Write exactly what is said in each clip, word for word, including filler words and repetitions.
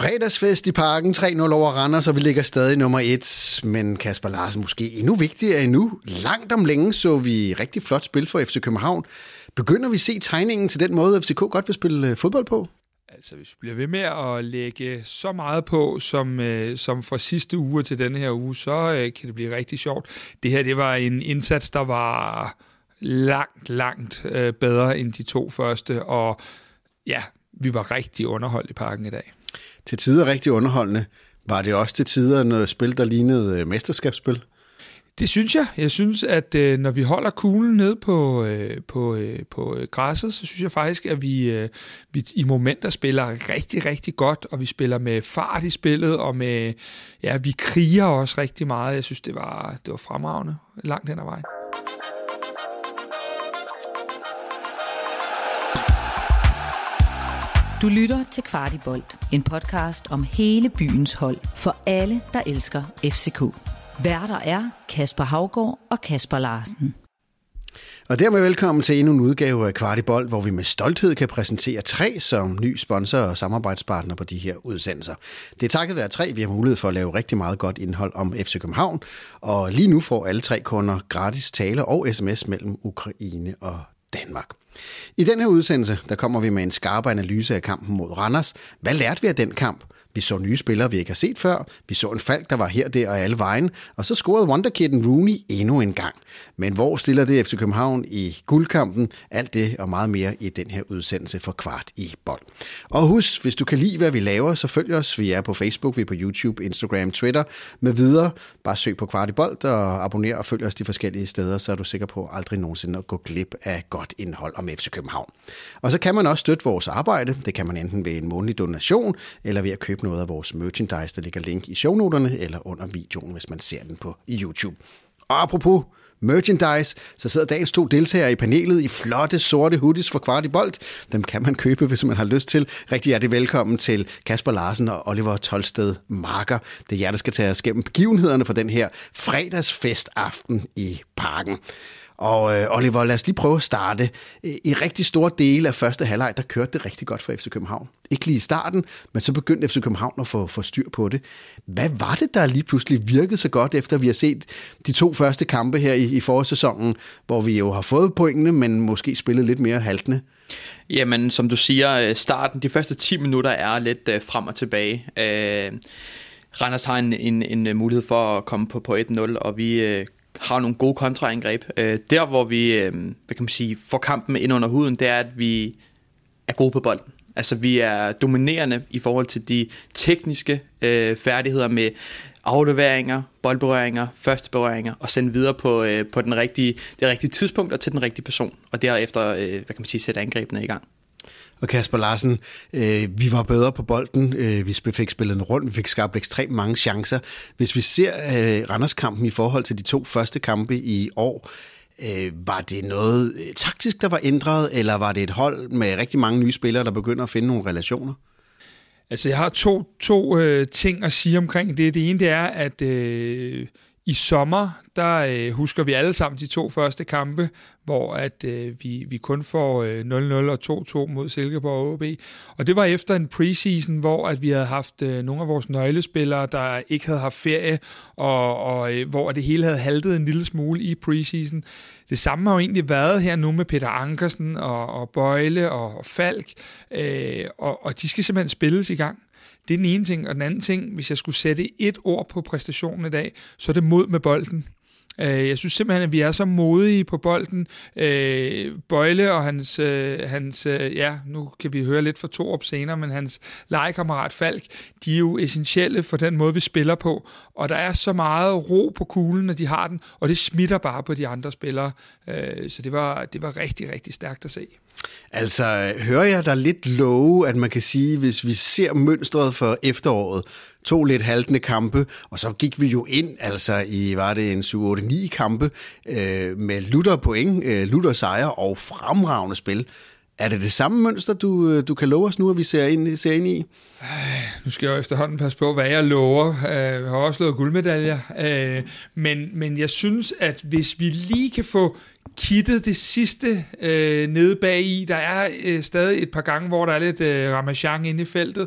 Fredagsfest i Parken, tre nul over Randers, og vi ligger stadig nummer et. Men Kasper Larsen, måske endnu vigtigere endnu. Langt om længe så vi rigtig flot spil for F C København. Begynder vi se tegningen til den måde, F C K godt vil spille fodbold på? Altså, hvis vi bliver ved med at lægge så meget på, som, øh, som fra sidste uge til denne her uge, så øh, kan det blive rigtig sjovt. Det her, det var en indsats, der var langt, langt øh, bedre end de to første, og ja, vi var rigtig underholdt i Parken i dag. Til tider rigtig underholdende. Var det også til tider noget spil, der lignede mesterskabsspil? Det synes jeg. Jeg synes, at øh, når vi holder kuglen ned på, øh, på, øh, på græsset, så synes jeg faktisk, at vi, øh, vi i momenter spiller rigtig, rigtig godt, og vi spiller med fart i spillet, og med, ja, vi kriger også rigtig meget. Jeg synes, det var, det var fremragende langt hen ad vejen. Du lytter til Kvartibolt, en podcast om hele byens hold, for alle, der elsker F C K. Værter er Kasper Haugaard og Kasper Larsen. Og dermed velkommen til endnu en udgave af Kvartibolt, hvor vi med stolthed kan præsentere tre som ny sponsor og samarbejdspartner på de her udsendelser. Det er takket være tre, vi har mulighed for at lave rigtig meget godt indhold om F C København, og lige nu får alle tre kunder gratis tale og sms mellem Ukraine og Danmark. I den her udsendelse, der kommer vi med en skarp analyse af kampen mod Randers. Hvad lærte vi af den kamp? Vi så nye spillere, vi ikke har set før. Vi så en Falk, der var her, der og alle vejen. Og så scorede wonderkiden Rooney endnu en gang. Men hvor stiller det F C København i guldkampen? Alt det og meget mere i den her udsendelse for Kvart i Bold. Og husk, hvis du kan lide, hvad vi laver, så følg os. Vi er på Facebook, vi er på YouTube, Instagram, Twitter med videre. Bare søg på Kvart i Bold og abonner og følg os de forskellige steder, så er du sikker på aldrig nogensinde at gå glip af godt indhold om F C København. Og så kan man også støtte vores arbejde. Det kan man enten ved en månedlig donation, eller ved at købe noget af vores merchandise, der ligger link i shownoterne eller under videoen, hvis man ser den på YouTube. Og apropos merchandise, så sidder dagens to deltagere i panelet i flotte sorte hoodies for Kvart i Bold. Dem kan man købe, hvis man har lyst til. Rigtig hjertelig velkommen til Kasper Larsen og Oliver Tolsted Marker. Det er jer, der skal tage os gennem begivenhederne for den her fredagsfestaften i Parken. Og øh, Oliver, lad os lige prøve at starte. I rigtig store dele af første halvleg, der kørte det rigtig godt for F C København. Ikke lige i starten, men så begyndte F C København at få, få styr på det. Hvad var det, der lige pludselig virkede så godt, efter vi har set de to første kampe her i, i forårssæsonen, hvor vi jo har fået pointene, men måske spillet lidt mere haltende? Jamen, som du siger, starten, de første ti minutter er lidt øh, frem og tilbage. Øh, Randers har en, en, en mulighed for at komme på, på et nul, og vi øh, har nogle gode kontraangreb. Øh, der, hvor vi øh, hvad kan man sige, får kampen ind under huden, det er, at vi er gode på bolden. Altså, vi er dominerende i forhold til de tekniske øh, færdigheder med afleveringer, boldberøringer, første berøringer og sende videre på, øh, på den rigtige, det rigtige tidspunkt og til den rigtige person. Og derefter, øh, hvad kan man sige, sætte angrebene i gang. Og Kasper Larsen, øh, vi var bedre på bolden, øh, vi fik spillet den rundt, vi fik skabt ekstremt mange chancer. Hvis vi ser øh, Randers-kampen i forhold til de to første kampe i år, øh, var det noget øh, taktisk, der var ændret, eller var det et hold med rigtig mange nye spillere, der begynder at finde nogle relationer? Altså, jeg har to, to øh, ting at sige omkring det. Det ene, det er, at øh, i sommer, der øh, husker vi alle sammen de to første kampe, hvor at øh, vi, vi kun får øh, nul nul og to to mod Silkeborg og O B. Og det var efter en preseason, hvor at vi havde haft øh, nogle af vores nøglespillere, der ikke havde haft ferie, og, og øh, hvor det hele havde haltet en lille smule i preseason. Det samme har jo egentlig været her nu med Peter Ankersen og, og Bøjle og, og Falk, øh, og, og de skal simpelthen spilles i gang. Det er den ene ting, og den anden ting, hvis jeg skulle sætte et ord på præstationen i dag, så er det mod med bolden. Jeg synes simpelthen, at vi er så modige på bolden. Bøjle og hans, hans ja, nu kan vi høre lidt fra Torup senere, men hans legekammerat Falk, de er jo essentielle for den måde, vi spiller på. Og der er så meget ro på kuglen, når de har den, og det smitter bare på de andre spillere. Så det var, det var rigtig, rigtig stærkt at se. Altså, hører jeg dig lidt love, at man kan sige, hvis vi ser mønstret for efteråret, to lidt haltende kampe, og så gik vi jo ind, altså i, var det en syv otte ni kampe, øh, med lutter point, øh, lutter sejre og fremragende spil. Er det det samme mønster, du, du kan love os nu, at vi ser ind, ser ind i? Nu skal jeg jo efterhånden passe på, hvad jeg lover. Jeg har også lovet guldmedaljer. Men, men jeg synes, at hvis vi lige kan få kittet det sidste øh, nede bag i, der er øh, stadig et par gange, hvor der er lidt øh, ramachan inde i feltet,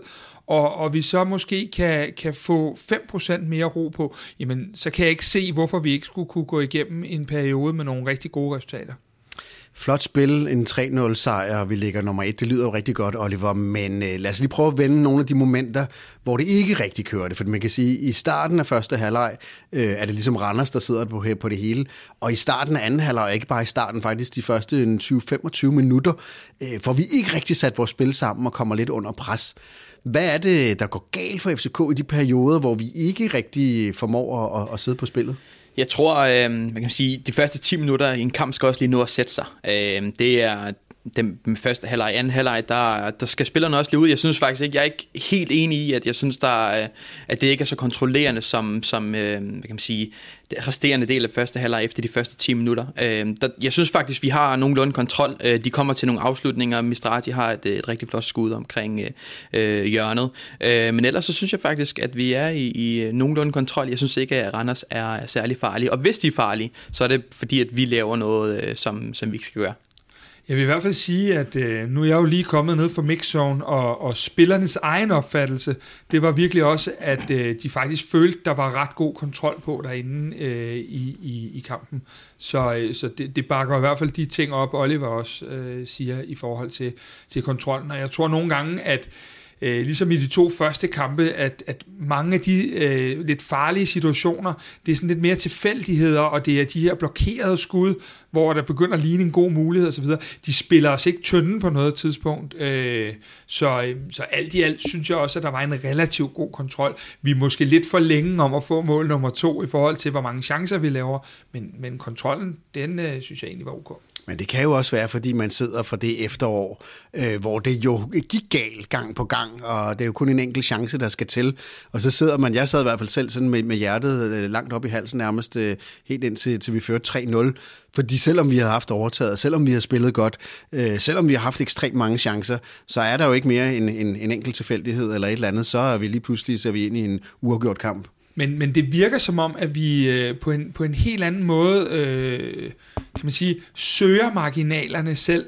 og, og vi så måske kan, kan få fem procent mere ro på, jamen så kan jeg ikke se, hvorfor vi ikke skulle kunne gå igennem en periode med nogle rigtig gode resultater. Flot spil, en tre nul sejr, og vi ligger nummer et. Det lyder jo rigtig godt, Oliver, men øh, lad os lige prøve at vende nogle af de momenter, hvor det ikke rigtig kørte. For man kan sige, at i starten af første halvleg øh, er det ligesom Randers, der sidder på, på det hele. Og i starten af anden halvleg, ikke bare i starten, faktisk de første tyve til femogtyve minutter, øh, får vi ikke rigtig sat vores spil sammen og kommer lidt under pres. Hvad er det, der går galt for F C K i de perioder, hvor vi ikke rigtig formår at, at sidde på spillet? Jeg tror, øh, man kan sige, de første ti minutter i en kamp skal også lige nå at sætte sig. Øh, det er den første halvleg, anden halvleg, der, der skal spillerne også lige ud. Jeg synes faktisk ikke, jeg er ikke helt enig i, at jeg synes, der, at det ikke er så kontrollerende som, som øh, hvad kan man sige, det resterende del af første halvleg efter de første ti minutter. Øh, der, jeg synes faktisk, vi har nogenlunde kontrol. Øh, de kommer til nogle afslutninger. Mistrati har et, et rigtig flot skud omkring øh, hjørnet. Øh, men ellers så synes jeg faktisk, at vi er i, i nogenlunde kontrol. Jeg synes ikke, at Randers er særlig farlige. Og hvis de er farlige, så er det fordi, at vi laver noget, øh, som, som vi ikke skal gøre. Jeg vil i hvert fald sige, at øh, nu er jeg jo lige kommet ned fra mixzone, og, og spillernes egen opfattelse, det var virkelig også, at øh, de faktisk følte, der var ret god kontrol på derinde øh, i, i, i kampen. Så, øh, så det, det bakker i hvert fald de ting op, Oliver også øh, siger i forhold til, til kontrollen. Og jeg tror nogle gange, at Øh, ligesom i de to første kampe, at, at mange af de øh, lidt farlige situationer, det er sådan lidt mere tilfældigheder, og det er de her blokerede skud, hvor der begynder at ligne en god mulighed osv. De spiller os ikke tynde på noget tidspunkt. Øh, så, så alt i alt synes jeg også, at der var en relativt god kontrol. Vi er måske lidt for længe om at få mål nummer to i forhold til, hvor mange chancer vi laver, men, men kontrollen, den øh, synes jeg egentlig var ok. Men det kan jo også være, fordi man sidder for det efterår, øh, hvor det jo gik galt gang på gang, og det er jo kun en enkelt chance, der skal til. Og så sidder man, jeg sad i hvert fald selv sådan med, med hjertet øh, langt op i halsen nærmest, øh, helt indtil til vi førte tre nul. Fordi selvom vi har haft overtaget, selvom vi har spillet godt, øh, selvom vi har haft ekstremt mange chancer, så er der jo ikke mere en, en, en enkelt tilfældighed eller et eller andet. Så er vi lige pludselig så er vi ind i en uafgjort kamp. Men, men det virker som om, at vi øh, på, en, på en helt anden måde, øh, kan man sige, søger marginalerne selv.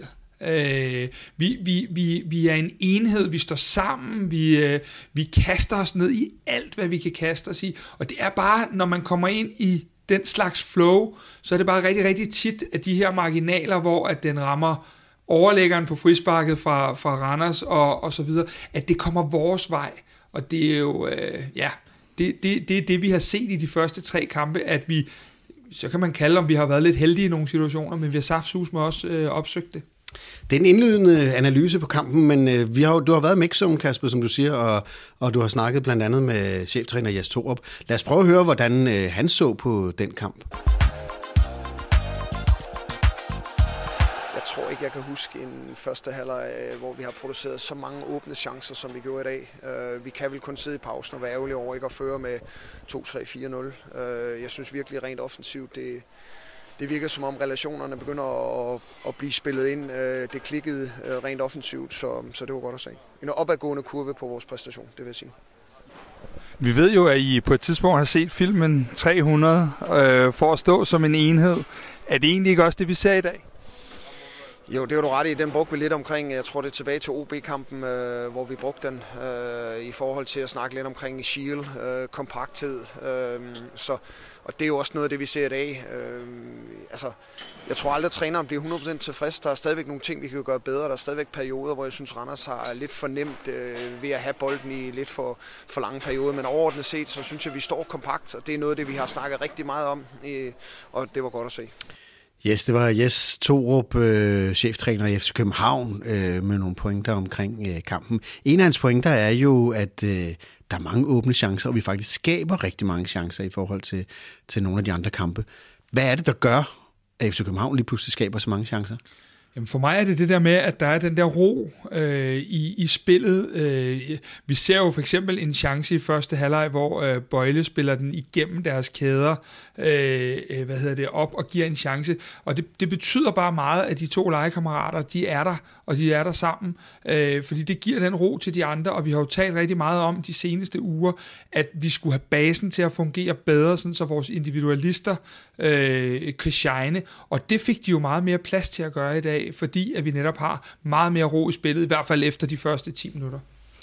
Øh, vi, vi, vi, vi er en enhed, vi står sammen, vi, øh, vi kaster os ned i alt, hvad vi kan kaste os i. Og det er bare, når man kommer ind i den slags flow, så er det bare rigtig, rigtig tit, at de her marginaler, hvor at den rammer overlæggeren på frisparket fra, fra Randers og, og så videre, at det kommer vores vej. Og det er jo, øh, ja... Det, det, det er det, vi har set i de første tre kampe, at vi, så kan man kalde om vi har været lidt heldige i nogle situationer, men vi har saftsus med også øh, opsøgt det. Det er en indledende analyse på kampen, men øh, vi har, du har været i mixzone, Kasper, som du siger, og, og du har snakket blandt andet med cheftræner Jes Torup. Lad os prøve at høre, hvordan øh, han så på den kamp. Jeg tror ikke, jeg kan huske en første halvleg, hvor vi har produceret så mange åbne chancer, som vi gjorde i dag. Vi kan vel kun sidde i pausen og være ærgerlige over ikke at føre med to tre fire nul. Jeg synes virkelig rent offensivt, det, det virker som om relationerne begynder at, at blive spillet ind. Det klikkede rent offensivt, så, så det var godt at se. En opadgående kurve på vores præstation, det vil jeg sige. Vi ved jo, at I på et tidspunkt har set filmen tre hundrede øh, for at stå som en enhed. Er det egentlig ikke også det, vi ser i dag? Jo, det var du ret i. Den brugte vi lidt omkring, jeg tror det er tilbage til O B-kampen, øh, hvor vi brugte den øh, i forhold til at snakke lidt omkring shield, øh, kompakthed. Øh, så, og det er jo også noget af det, vi ser i dag. Øh, altså, jeg tror aldrig, at træneren bliver hundrede procent tilfreds. Der er stadigvæk nogle ting, vi kan gøre bedre. Der er stadigvæk perioder, hvor jeg synes, Randers har lidt for nemt øh, ved at have bolden i lidt for, for lange perioder. Men overordnet set, så synes jeg, at vi står kompakt, og det er noget af det, vi har snakket rigtig meget om, øh, og det var godt at se. Yes, det var Jes Torup, øh, cheftræner i F C København, øh, med nogle pointer omkring øh, kampen. En af hans pointer er jo, at øh, der er mange åbne chancer, og vi faktisk skaber rigtig mange chancer i forhold til, til nogle af de andre kampe. Hvad er det, der gør, at F C København lige pludselig skaber så mange chancer? Jamen for mig er det det der med, at der er den der ro øh, i, i spillet. Øh, vi ser jo for eksempel en chance i første halvleg, hvor øh, Bøjle spiller den igennem deres kæder, øh, hvad hedder det, op og giver en chance. Og det, det betyder bare meget, at de to legekammerater, de er der, og de er der sammen. Øh, fordi det giver den ro til de andre, og vi har jo talt rigtig meget om de seneste uger, at vi skulle have basen til at fungere bedre, sådan så vores individualister øh, kan shine. Og det fik de jo meget mere plads til at gøre i dag, fordi at vi netop har meget mere ro i spillet, i hvert fald efter de første ti minutter.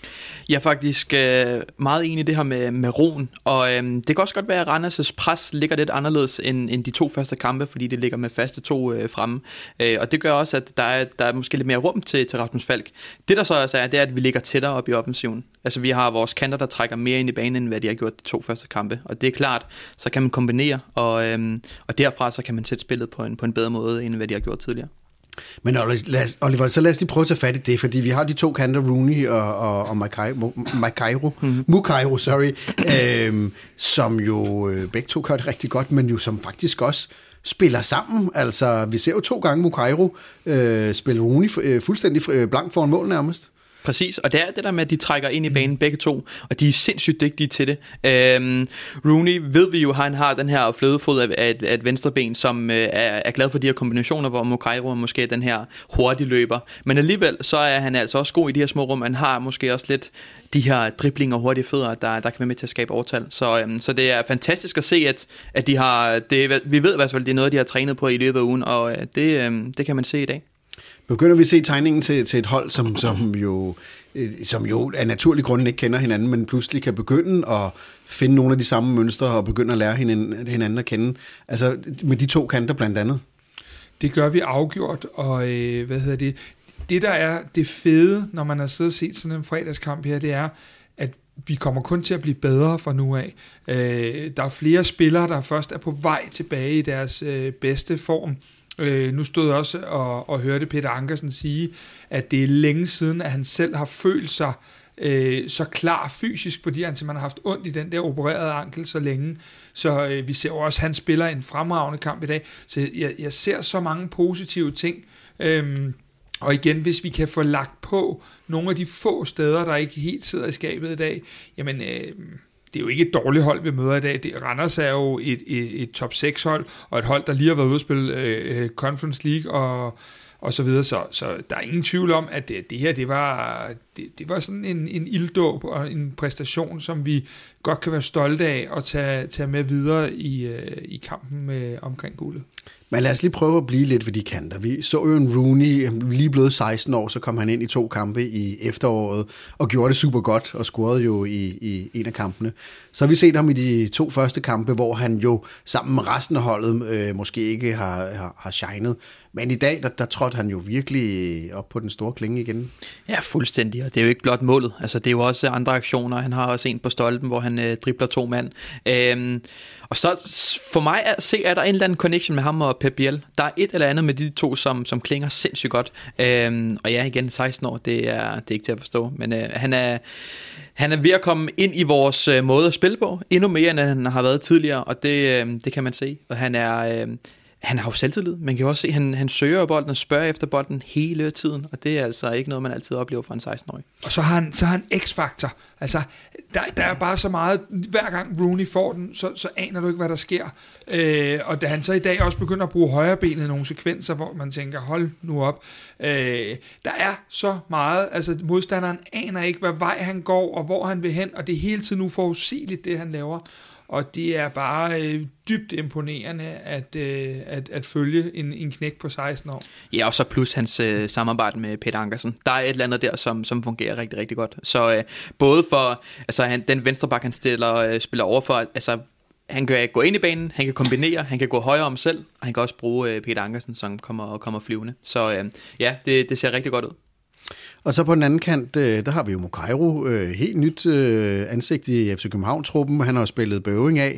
Jeg er faktisk øh, meget enig i det her med, med roen, og øh, det kan også godt være, at Randers' pres ligger lidt anderledes end, end de to første kampe, fordi det ligger med faste to øh, fremme, øh, og det gør også, at der er, der er måske lidt mere rum til, til Rasmus Falk. Det der så også er, det er, at vi ligger tættere op i offensiven. Altså vi har vores kanter, der trækker mere ind i banen, end hvad de har gjort de to første kampe, og det er klart, så kan man kombinere, og, øh, og derfra så kan man sætte spillet på en, på en bedre måde, end hvad de har gjort tidligere. Men Oliver, så lad os lige prøve at tage fat i det, fordi vi har de to kanter, Rooney og, og, og Mukairo, mm-hmm. Mukairo, sorry, øhm, som jo øh, begge to gør det rigtig godt, men jo som faktisk også spiller sammen. Altså, vi ser jo to gange Mukairo øh, spille Rooney øh, fuldstændig øh, blank foran mål nærmest. Præcis, og det er det der med, at de trækker ind i banen begge to, og de er sindssygt dygtige til det. Øhm, Rooney ved vi jo, han har den her flødefod af, af, af et venstre ben, som øh, er, er glad for de her kombinationer, hvor Mukairo er måske den her hurtige løber. Men alligevel, så er han altså også god i de her små rum. Han har måske også lidt de her driblinger og hurtige fødder, der, der kan være med til at skabe overtal. Så, øhm, så det er fantastisk at se, at, at de har, det, vi ved i hvert fald, det er noget, de har trænet på i løbet af ugen, og det, øhm, det kan man se i dag. Begynder vi at se tegningen til, til et hold, som, som, jo, som jo af naturlig grund ikke kender hinanden, men pludselig kan begynde at finde nogle af de samme mønstre og begynde at lære hinanden, hinanden at kende. Altså med de to kanter blandt andet. Det gør vi afgjort, og øh, hvad hedder det? Det der er det fede, når man har siddet og set sådan en fredagskamp her, det er, at vi kommer kun til at blive bedre fra nu af. Øh, der er flere spillere, der først er på vej tilbage i deres øh, bedste form. Øh, nu stod jeg også og, og hørte Peter Ankersen sige, at det er længe siden, at han selv har følt sig øh, så klar fysisk, fordi han simpelthen har haft ondt i den der opererede ankel så længe. Så øh, vi ser jo også, at han spiller en fremragende kamp i dag. Så jeg, jeg ser så mange positive ting. Øhm, og igen, hvis vi kan få lagt på nogle af de få steder, der ikke helt sidder i skabet i dag, jamen... Øh, det er jo ikke et dårligt hold, vi møder i dag. Det, Randers er jo et, et, et top seks hold, og et hold, der lige har været ude at spille øh, Conference League og, og så videre. Så, så der er ingen tvivl om, at det, det her, det var, det, det var sådan en, en ilddåb og en præstation, som vi godt kan være stolte af og tage, tage med videre i, øh, i kampen med, omkring guldet. Men lad os lige prøve at blive lidt ved de kanter. Vi så jo en Rooney, lige blevet seksten år, så kom han ind i to kampe i efteråret og gjorde det super godt og scorede jo i, i en af kampene. Så har vi set ham i de to første kampe, hvor han jo sammen med resten af holdet øh, måske ikke har, har, har shined. Men i dag, der, der trådte han jo virkelig op på den store klinge igen. Ja, fuldstændig, og det er jo ikke blot målet. Altså, det er jo også andre aktioner. Han har også en på stolpen, hvor han øh, dribler to mand. Øhm, og så for mig at se, er der en eller anden connection med ham og Pep Biel. Der er et eller andet med de to, som, som klinger sindssygt godt. Øhm, og ja, igen, seksten år, det er, det er ikke til at forstå. Men øh, han er... Han er ved at komme ind i vores øh, måde at spille på, endnu mere end han har været tidligere, og det, øh, det kan man se. Og han er... Øh, Han har jo selvtillid. Man kan jo også se, at han, han søger bolden og spørger efter bolden hele tiden, og det er altså ikke noget, man altid oplever fra en seksten-årig. Og så har han, så har han X-faktor. Altså, der, der er bare så meget, hver gang Rooney får den, så, så aner du ikke, hvad der sker. Øh, og da han så i dag også begynder at bruge højrebenet i nogle sekvenser, hvor man tænker, hold nu op. Øh, der er så meget, altså modstanderen aner ikke, hvad vej han går, og hvor han vil hen, og det er hele tiden uforudsigeligt, det han laver. Og det er bare øh, dybt imponerende at, øh, at, at følge en, en knæk på seksten år. Ja, og så plus hans øh, samarbejde med Peter Ankersen. Der er et eller andet der, som, som fungerer rigtig, rigtig godt. Så øh, både for altså, han, den venstreback, han stiller, øh, spiller over for, altså han kan gå ind i banen, han kan kombinere, han kan gå højere om selv, og han kan også bruge øh, Peter Ankersen, som kommer, kommer flyvende. Så øh, ja, det, det ser rigtig godt ud. Og så på den anden kant, der har vi jo Mukairo, helt nyt ansigt i F C København-truppen. Han har spillet Bøving af.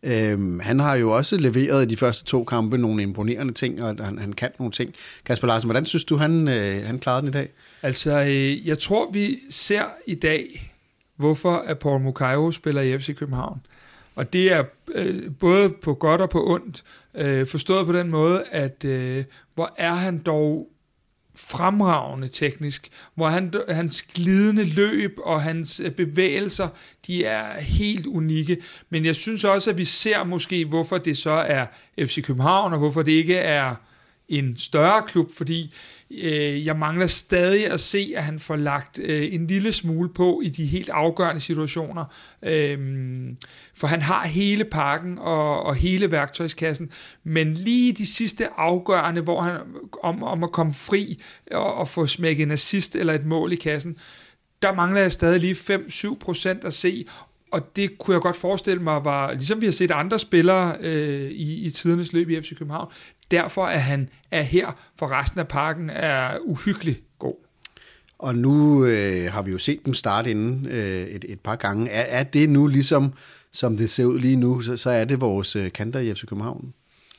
Han har jo også leveret i de første to kampe nogle imponerende ting, og han, han kan nogle ting. Kasper Larsen, hvordan synes du, han, han klarede den i dag? Altså, jeg tror, vi ser i dag, hvorfor at Paul Mukairo spiller i F C København. Og det er øh, både på godt og på ondt. Øh, forstået på den måde, at øh, hvor er han dog fremragende teknisk, hvor han, hans glidende løb og hans bevægelser, de er helt unikke, men jeg synes også, at vi ser måske, hvorfor det så er F C København, og hvorfor det ikke er en større klub, fordi øh, jeg mangler stadig at se, at han får lagt øh, en lille smule på i de helt afgørende situationer, øh, for han har hele pakken og, og hele værktøjskassen, men lige de sidste afgørende, hvor han om, om at komme fri og, og få smækket en assist eller et mål i kassen, der mangler jeg stadig lige fem til syv procent at se, og det kunne jeg godt forestille mig var, ligesom vi har set andre spillere øh, i, i tidernes løb i F C København, derfor at han er her, for resten af pakken er uhyggelig god. Og nu øh, har vi jo set dem starte inden øh, et, et par gange. Er, er det nu ligesom, som det ser ud lige nu, så, så er det vores øh, kanter i F C København?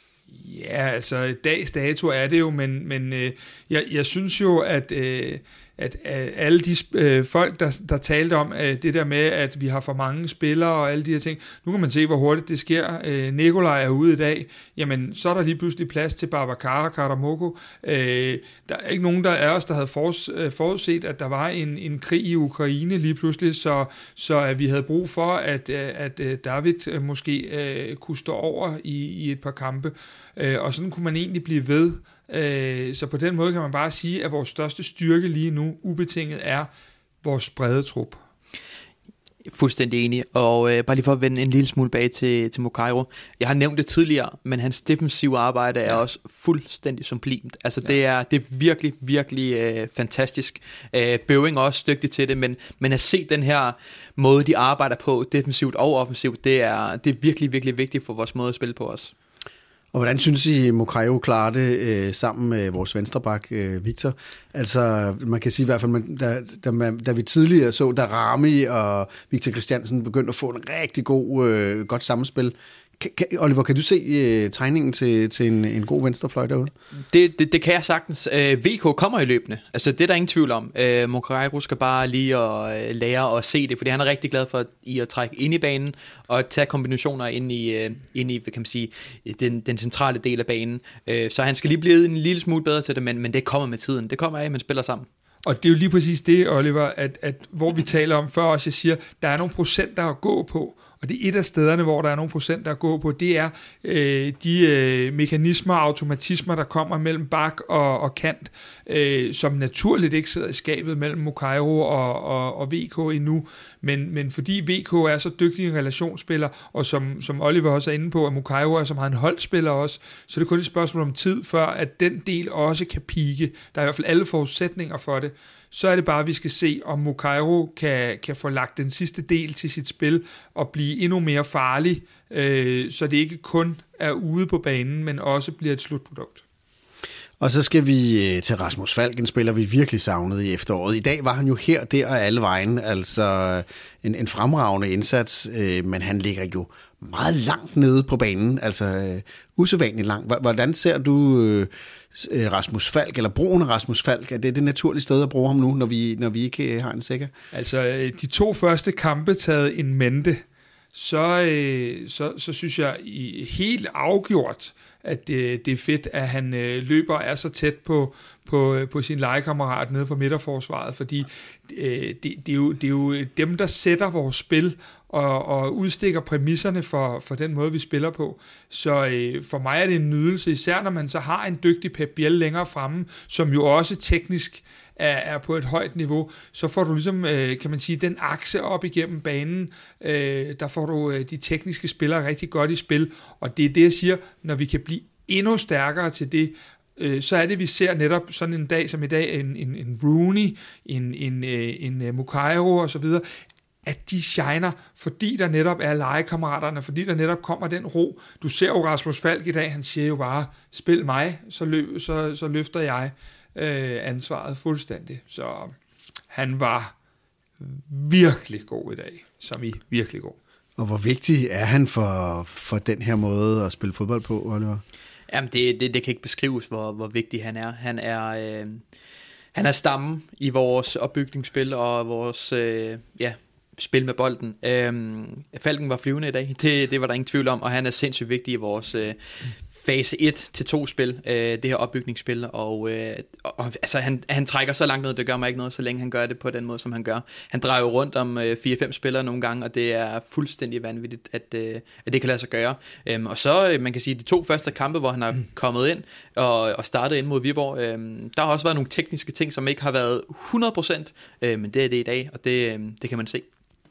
Ja, altså dags dato er det jo, men, men øh, jeg, jeg synes jo, at, øh, at øh, alle de øh, folk, der, der talte om øh, det der med, at vi har for mange spillere og alle de her ting, nu kan man se, hvor hurtigt det sker. Øh, Nikolaj er ude i dag, jamen så er der lige pludselig plads til Babacar og Karamoko. Øh, der er ikke nogen der er os, der havde fors, øh, forudset, at der var en, en krig i Ukraine lige pludselig, så, så at vi havde brug for, at, at, at David øh, måske øh, kunne stå over i, i et par kampe. Og sådan kunne man egentlig blive ved. Så på den måde kan man bare sige, at vores største styrke lige nu, ubetinget, er vores brede trup. Fuldstændig enig, og øh, bare lige for at vende en lille smule bag til, til Mukairo. Jeg har nævnt det tidligere, men hans defensive arbejde er ja. også fuldstændig sublimt. Altså ja. det, er, det er virkelig, virkelig øh, fantastisk. Øh, Bøving er også dygtig til det, men, men at se den her måde, de arbejder på, defensivt og offensivt, det er, det er virkelig, virkelig vigtigt for vores måde at spille på os. Og hvordan synes I, Mukairo klarer det øh, sammen med vores venstreback, øh, Victor? Altså, man kan sige i hvert fald, man, da, da, man, da vi tidligere så, da Rami og Victor Christiansen begyndte at få en rigtig god, øh, godt sammenspil. Kan, Oliver, kan du se øh, tegningen til, til en, en god venstrefløj derude? Det, det, det kan jeg sagtens. Øh, V K kommer i løbende. Altså, det er der ingen tvivl om. Øh, Mukairo skal bare lige at øh, lære at se det, fordi han er rigtig glad for i at trække ind i banen og tage kombinationer ind i, øh, ind i hvad kan man sige, den, den centrale del af banen. Øh, så han skal lige blive en lille smule bedre til det, men, men det kommer med tiden. Det kommer af, at man spiller sammen. Og det er jo lige præcis det, Oliver, at, at hvor vi taler om før også, jeg siger, der er nogle procenter at gå på. Og det er et af stederne, hvor der er nogle procent, der er gå på, det er øh, de øh, mekanismer og automatismer, der kommer mellem bak og, og kant, øh, som naturligt ikke sidder i skabet mellem Mukairo og, og, og V K endnu. Men, men fordi V K er så dygtig en relationsspiller, og som, som Oliver også er inde på, at Mukairo er som har en holdspiller også, så det er kun et spørgsmål om tid, før at den del også kan pike. Der er i hvert fald alle forudsætninger for det. Så er det bare, at vi skal se, om Mukairo kan, kan få lagt den sidste del til sit spil og blive endnu mere farlig, øh, så det ikke kun er ude på banen, men også bliver et slutprodukt. Og så skal vi til Rasmus Falk, en spiller, vi virkelig savnede i efteråret. I dag var han jo her, der og alle vejen, altså en, en fremragende indsats, øh, men han ligger jo meget langt nede på banen, altså øh, usædvanligt langt. Hvordan ser du øh, Rasmus Falk, eller brugen af Rasmus Falk? Er det det naturlige sted at bruge ham nu, når vi, når vi ikke har en sikker? Altså, de to første kampe taget en mente, så, øh, så, så synes jeg i, helt afgjort, at det, det er fedt, at han øh, løber er så tæt på, på, på sin legekammerat nede for midterforsvaret, fordi øh, det, det, er jo, det er jo dem, der sætter vores spil og, og udstikker præmisserne for, for den måde, vi spiller på. Så øh, for mig er det en nydelse, især når man så har en dygtig Pep Biel længere fremme, som jo også teknisk er, er på et højt niveau, så får du ligesom, øh, kan man sige, den akse op igennem banen, øh, der får du øh, de tekniske spillere rigtig godt i spil, og det er det, jeg siger, når vi kan blive endnu stærkere til det, øh, så er det, vi ser netop sådan en dag som i dag, en, en, en Rooney, en, en, øh, en uh, Mukairo og så videre, at de shiner, fordi der netop er legekammeraterne, fordi der netop kommer den ro. Du ser jo Rasmus Falk i dag, han siger jo bare, spil mig, så, løb, så, så løfter jeg øh, ansvaret fuldstændig. Så han var virkelig god i dag, som i virkelig god. Og hvor vigtig er han for, for den her måde at spille fodbold på, Oliver? Jamen, det, det, det kan ikke beskrives, hvor, hvor vigtig han er. Han er, øh, han er stammen i vores opbygningsspil og vores øh, ja, spil med bolden. Øh, Falken var flyvende i dag, det, det var der ingen tvivl om, og han er sindssygt vigtig i vores øh, fase et til to spil, øh, det her opbygningsspil, og, øh, og altså, han, han trækker så langt ned, det gør mig ikke noget, så længe han gør det på den måde, som han gør. Han drejer jo rundt om øh, fire fem spillere nogle gange, og det er fuldstændig vanvittigt, at, øh, at det kan lade sig gøre. Øhm, og så, øh, man kan sige, de to første kampe, hvor han har kommet ind og, og startet ind mod Viborg, øh, der har også været nogle tekniske ting, som ikke har været hundrede procent, øh, men det er det i dag, og det, øh, det kan man se.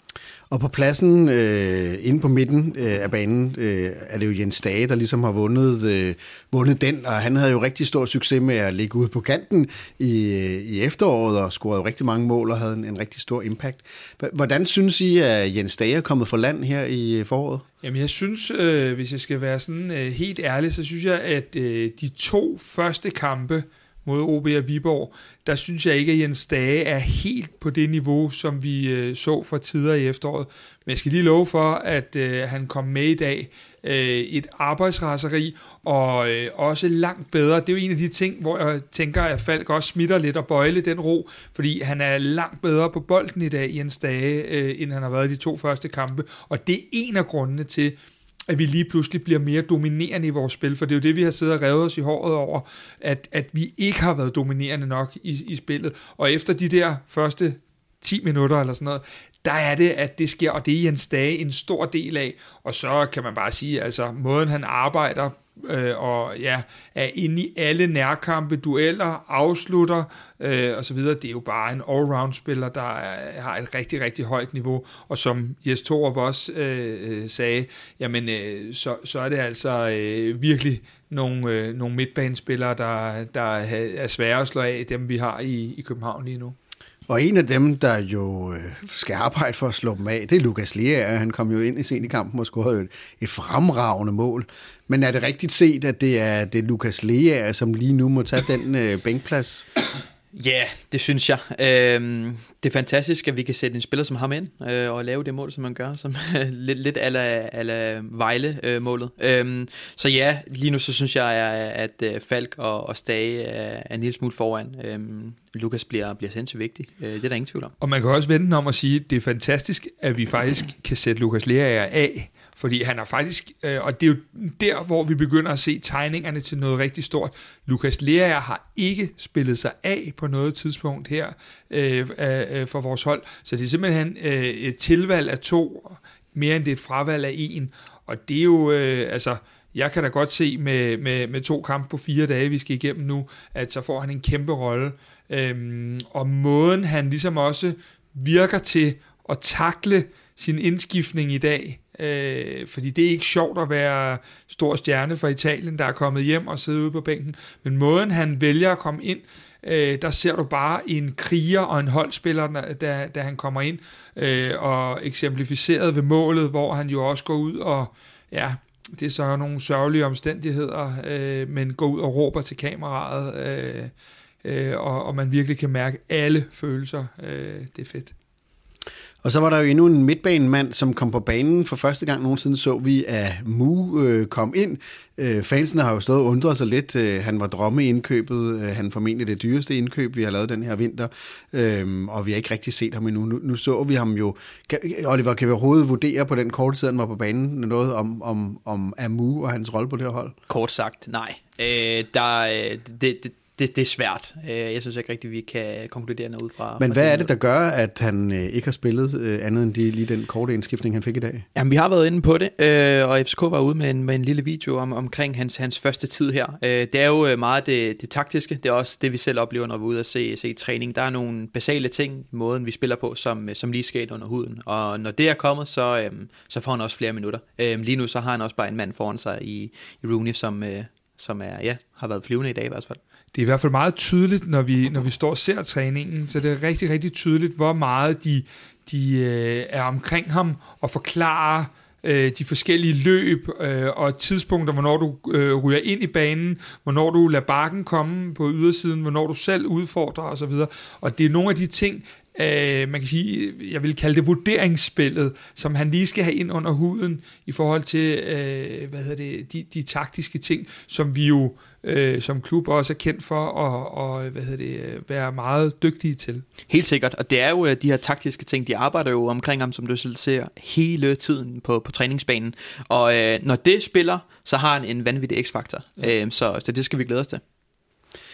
Og på pladsen øh, inde på midten øh, af banen øh, er det jo Jens Stage, der ligesom har vundet, øh, vundet den, og han havde jo rigtig stor succes med at ligge ude på kanten i, i efteråret og scorede jo rigtig mange mål og havde en, en rigtig stor impact. Hvordan synes I, at Jens Stage er kommet for land her i foråret? Jamen jeg synes, øh, hvis jeg skal være sådan øh, helt ærlig, så synes jeg, at øh, de to første kampe mod O B og Viborg, der synes jeg ikke, at Jens Stage er helt på det niveau, som vi øh, så for tider i efteråret. Men jeg skal lige love for, at øh, han kom med i dag. Øh, et arbejdsraseri, og øh, også langt bedre. Det er jo en af de ting, hvor jeg tænker, at Falk også smitter lidt og bøjle den ro, fordi han er langt bedre på bolden i dag, Jens Stage, øh, end han har været i de to første kampe. Og det er en af grundene til, at vi lige pludselig bliver mere dominerende i vores spil, for det er jo det, vi har siddet og revet os i håret over, at, at vi ikke har været dominerende nok i, i spillet. Og efter de der første ti minutter eller sådan noget, der er det, at det sker, og det er Jens Stage en stor del af. Og så kan man bare sige, altså måden han arbejder, øh, og ja, er inde i alle nærkampe, dueller, afslutter, øh, og så videre. Det er jo bare en all-round-spiller, der er, har et rigtig, rigtig højt niveau. Og som Jes Torup også øh, sagde, jamen øh, så, så er det altså øh, virkelig nogle, øh, nogle midtbanespillere, der, der er svære at slå af, dem vi har i, i København lige nu. Og en af dem, der jo skal arbejde for at slå dem af, det er Lukas Leaer. Han kom jo ind i sent i kampen og scorede et, et fremragende mål. Men er det rigtigt set, at det er, det er Lukas Leaer, som lige nu må tage den øh, bænkplads? Ja, yeah, det synes jeg. Øhm, det er fantastisk, at vi kan sætte en spiller som ham ind øh, og lave det mål, som man gør, som lidt, lidt a la, a la Vejle-målet. Øh, øhm, så ja, lige nu så synes jeg, at, at Falk og, og Stage er, er en lille smule foran. Øhm, Lukas bliver, bliver sindssygt vigtig. Øh, det er der ingen tvivl om. Og man kan også vente om at sige, at det er fantastisk, at vi faktisk kan sætte Lukas Leaer af. Fordi han er faktisk, øh, og det er jo der, hvor vi begynder at se tegningerne til noget rigtig stort. Lukas Leaer har ikke spillet sig af på noget tidspunkt her øh, øh, for vores hold. Så det er simpelthen øh, et tilvalg af to, mere end det er et fravalg af en. Og det er jo, øh, altså, jeg kan da godt se med, med, med to kampe på fire dage, vi skal igennem nu, at så får han en kæmpe rolle. Øhm, og måden han ligesom også virker til at takle sin indskiftning i dag, Øh, fordi det er ikke sjovt at være stor stjerne for Italien, der er kommet hjem og sidder ude på bænken, men måden han vælger at komme ind, øh, der ser du bare en kriger og en holdspiller, da, da han kommer ind, øh, og eksemplificeret ved målet, hvor han jo også går ud og, ja, det er så nogle sørgelige omstændigheder, øh, men går ud og råber til kameraet, øh, øh, og, og man virkelig kan mærke alle følelser. Øh, det er fedt. Og så var der jo endnu en midtbanemand, som kom på banen for første gang nogensinde, så vi, at Mu øh, kom ind. Øh, fansene har jo stået og undret sig lidt. Øh, han var drømme i indkøbet. Øh, han formentlig det dyreste indkøb, vi har lavet den her vinter. Øh, og vi har ikke rigtig set ham endnu. Nu, nu så vi ham jo. Kan, Oliver, kan vi overhovedet vurdere på den korte tid, han var på banen, noget om, om, om Mu og hans rolle på det her hold? Kort sagt, nej. Øh, der, det, det Det, det er svært. Jeg synes ikke rigtig, vi kan konkludere noget ud fra. Men fra hvad er det, der gør, at han ikke har spillet andet end de, lige den korte indskiftning, han fik i dag? Jamen, vi har været inde på det, og F C K var ude med en, med en lille video om, omkring hans, hans første tid her. Det er jo meget det, det taktiske. Det er også det, vi selv oplever, når vi er ude og se, se træning. Der er nogle basale ting i måden, vi spiller på, som, som lige sker under huden. Og når det er kommet, så, så får han også flere minutter. Lige nu så har han også bare en mand foran sig i, i Rooney, som, som er, ja, har været flyvende i dag i hvert fald. Det er i hvert fald meget tydeligt, når vi, når vi står og ser træningen, så det er rigtig, rigtig tydeligt, hvor meget de, de øh, er omkring ham og forklarer øh, de forskellige løb øh, og tidspunkter, hvornår du øh, ryger ind i banen, hvornår du lader bakken komme på ydersiden, hvornår du selv udfordrer osv. Og det er nogle af de ting, øh, man kan sige, jeg vil kalde det vurderingsspillet, som han lige skal have ind under huden i forhold til øh, hvad hedder det, de, de taktiske ting, som vi jo Øh, som klub også er kendt for at og, hvad hedder det, være meget dygtige til. Helt sikkert, og det er jo de her taktiske ting, de arbejder jo omkring ham, som du selv ser, hele tiden på, på træningsbanen. Og øh, når det spiller, så har han en vanvittig x-faktor. Ja. Øh, så, så det skal vi glæde os til.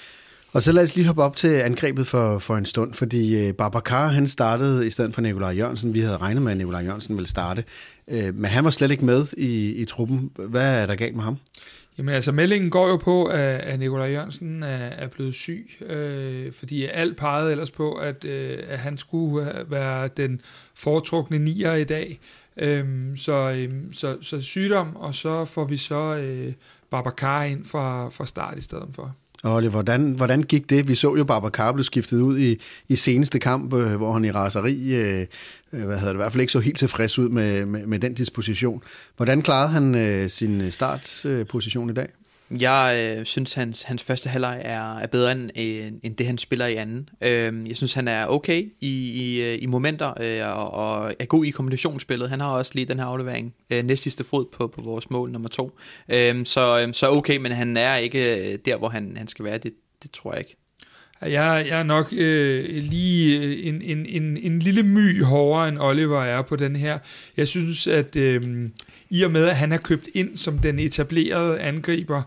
Og så lad os lige hoppe op til angrebet for, for en stund, fordi Babacar, han startede i stedet for Nikolaj Jørgensen. Vi havde regnet med, at Nikolaj Jørgensen ville starte, men han var slet ikke med i, i truppen. Hvad er der galt med ham? Jamen altså, meldingen går jo på, at Nikolaj Jørgensen er, er blevet syg, øh, fordi alt pegede ellers på, at, øh, at han skulle være den foretrukne nier i dag. Øhm, så, øhm, så, så sygdom, og så får vi så øh, Babacar ind fra, fra start i stedet for. Oliver, hvordan, hvordan gik det? Vi så jo Babacar blev skiftet ud i, i seneste kamp, øh, hvor han i raseri, øh, hvad hedder det, i hvert fald ikke så helt tilfreds ud med, med, med den disposition. Hvordan klarede han øh, sin startposition øh, i dag? Jeg øh, synes, hans, hans første halvleg er, er bedre end, øh, end det, han spiller i anden. Øh, jeg synes, han er okay i, i, i momenter øh, og, og er god i kombinationsspillet. Han har også lige den her aflevering øh, næstsidste fod på, på vores mål nummer to. Øh, så, så okay, men han er ikke der, hvor han, han skal være. Det, det tror jeg ikke. Jeg, jeg er nok øh, lige en, en, en, en lille my hårdere, end Oliver er på den her. Jeg synes, at øh, i og med, at han er købt ind som den etablerede angriber,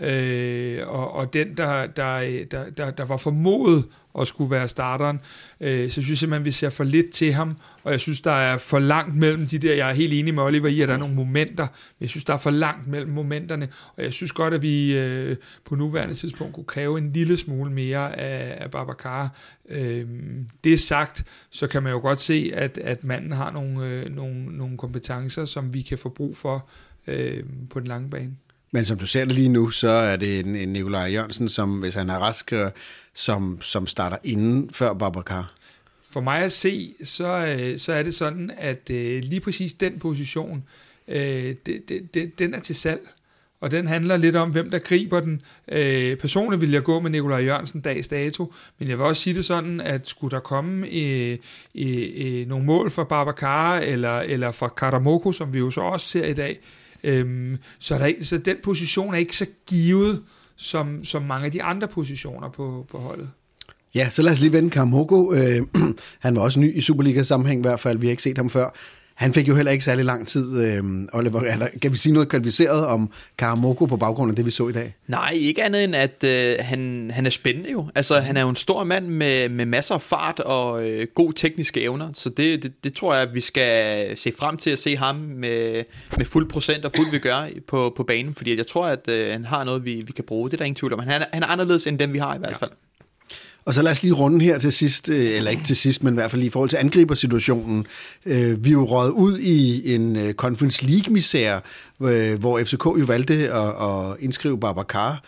øh, og, og den, der, der, der, der, der var formodet at skulle være starteren, øh, så synes jeg simpelthen, at vi ser for lidt til ham, og jeg synes, der er for langt mellem de der, jeg er helt enig med Oliver i, at der er nogle momenter, men jeg synes, der er for langt mellem momenterne, og jeg synes godt, at vi øh, på nuværende tidspunkt kunne kræve en lille smule mere af, af Babacar. Øh, det sagt, så kan man jo godt se, at, at manden har nogle, øh, nogle, nogle kompetencer, som vi kan få brug for øh, på den lange bane. Men som du ser det lige nu, så er det en, en Nikolaj Jørgensen, som hvis han er rask, som, som starter inden før Babacar. For mig at se, så, så er det sådan, at øh, lige præcis den position, øh, det, det, det, den er til salg. Og den handler lidt om, hvem der griber den. Øh, personligt vil jeg gå med Nikolaj Jørgensen dags dato, men jeg vil også sige det sådan, at skulle der komme øh, øh, øh, nogle mål for Babacar eller, eller for Karamoko, som vi jo så også ser i dag, Øhm, så, der, så den position er ikke så givet som, som mange af de andre positioner på, på holdet. Ja, så lad os lige vende Karamoko. Øh, han var også ny i Superliga-sammenhæng i hvert fald. Vi har ikke set ham før. Han fik jo heller ikke særlig lang tid. Øh, Oliver, der, kan vi sige noget kvalificeret om Karamoko på baggrund af det, vi så i dag? Nej, ikke andet end, at øh, han, han er spændende jo. Altså, han er jo en stor mand med, med masser af fart og øh, gode tekniske evner. Så det, det, det tror jeg, at vi skal se frem til at se ham med, med fuld procent og fuld vi gør på, på banen. Fordi jeg tror, at øh, han har noget, vi, vi kan bruge. Det er der ingen tvivl om. Han er, han er anderledes end den, vi har i hvert fald. Ja. Og så lad os lige runde her til sidst, eller ikke til sidst, men i hvert fald i forhold til angribersituationen. Vi er jo røget ud i en Conference League-misære, hvor F C K jo valgte at indskrive Babacar.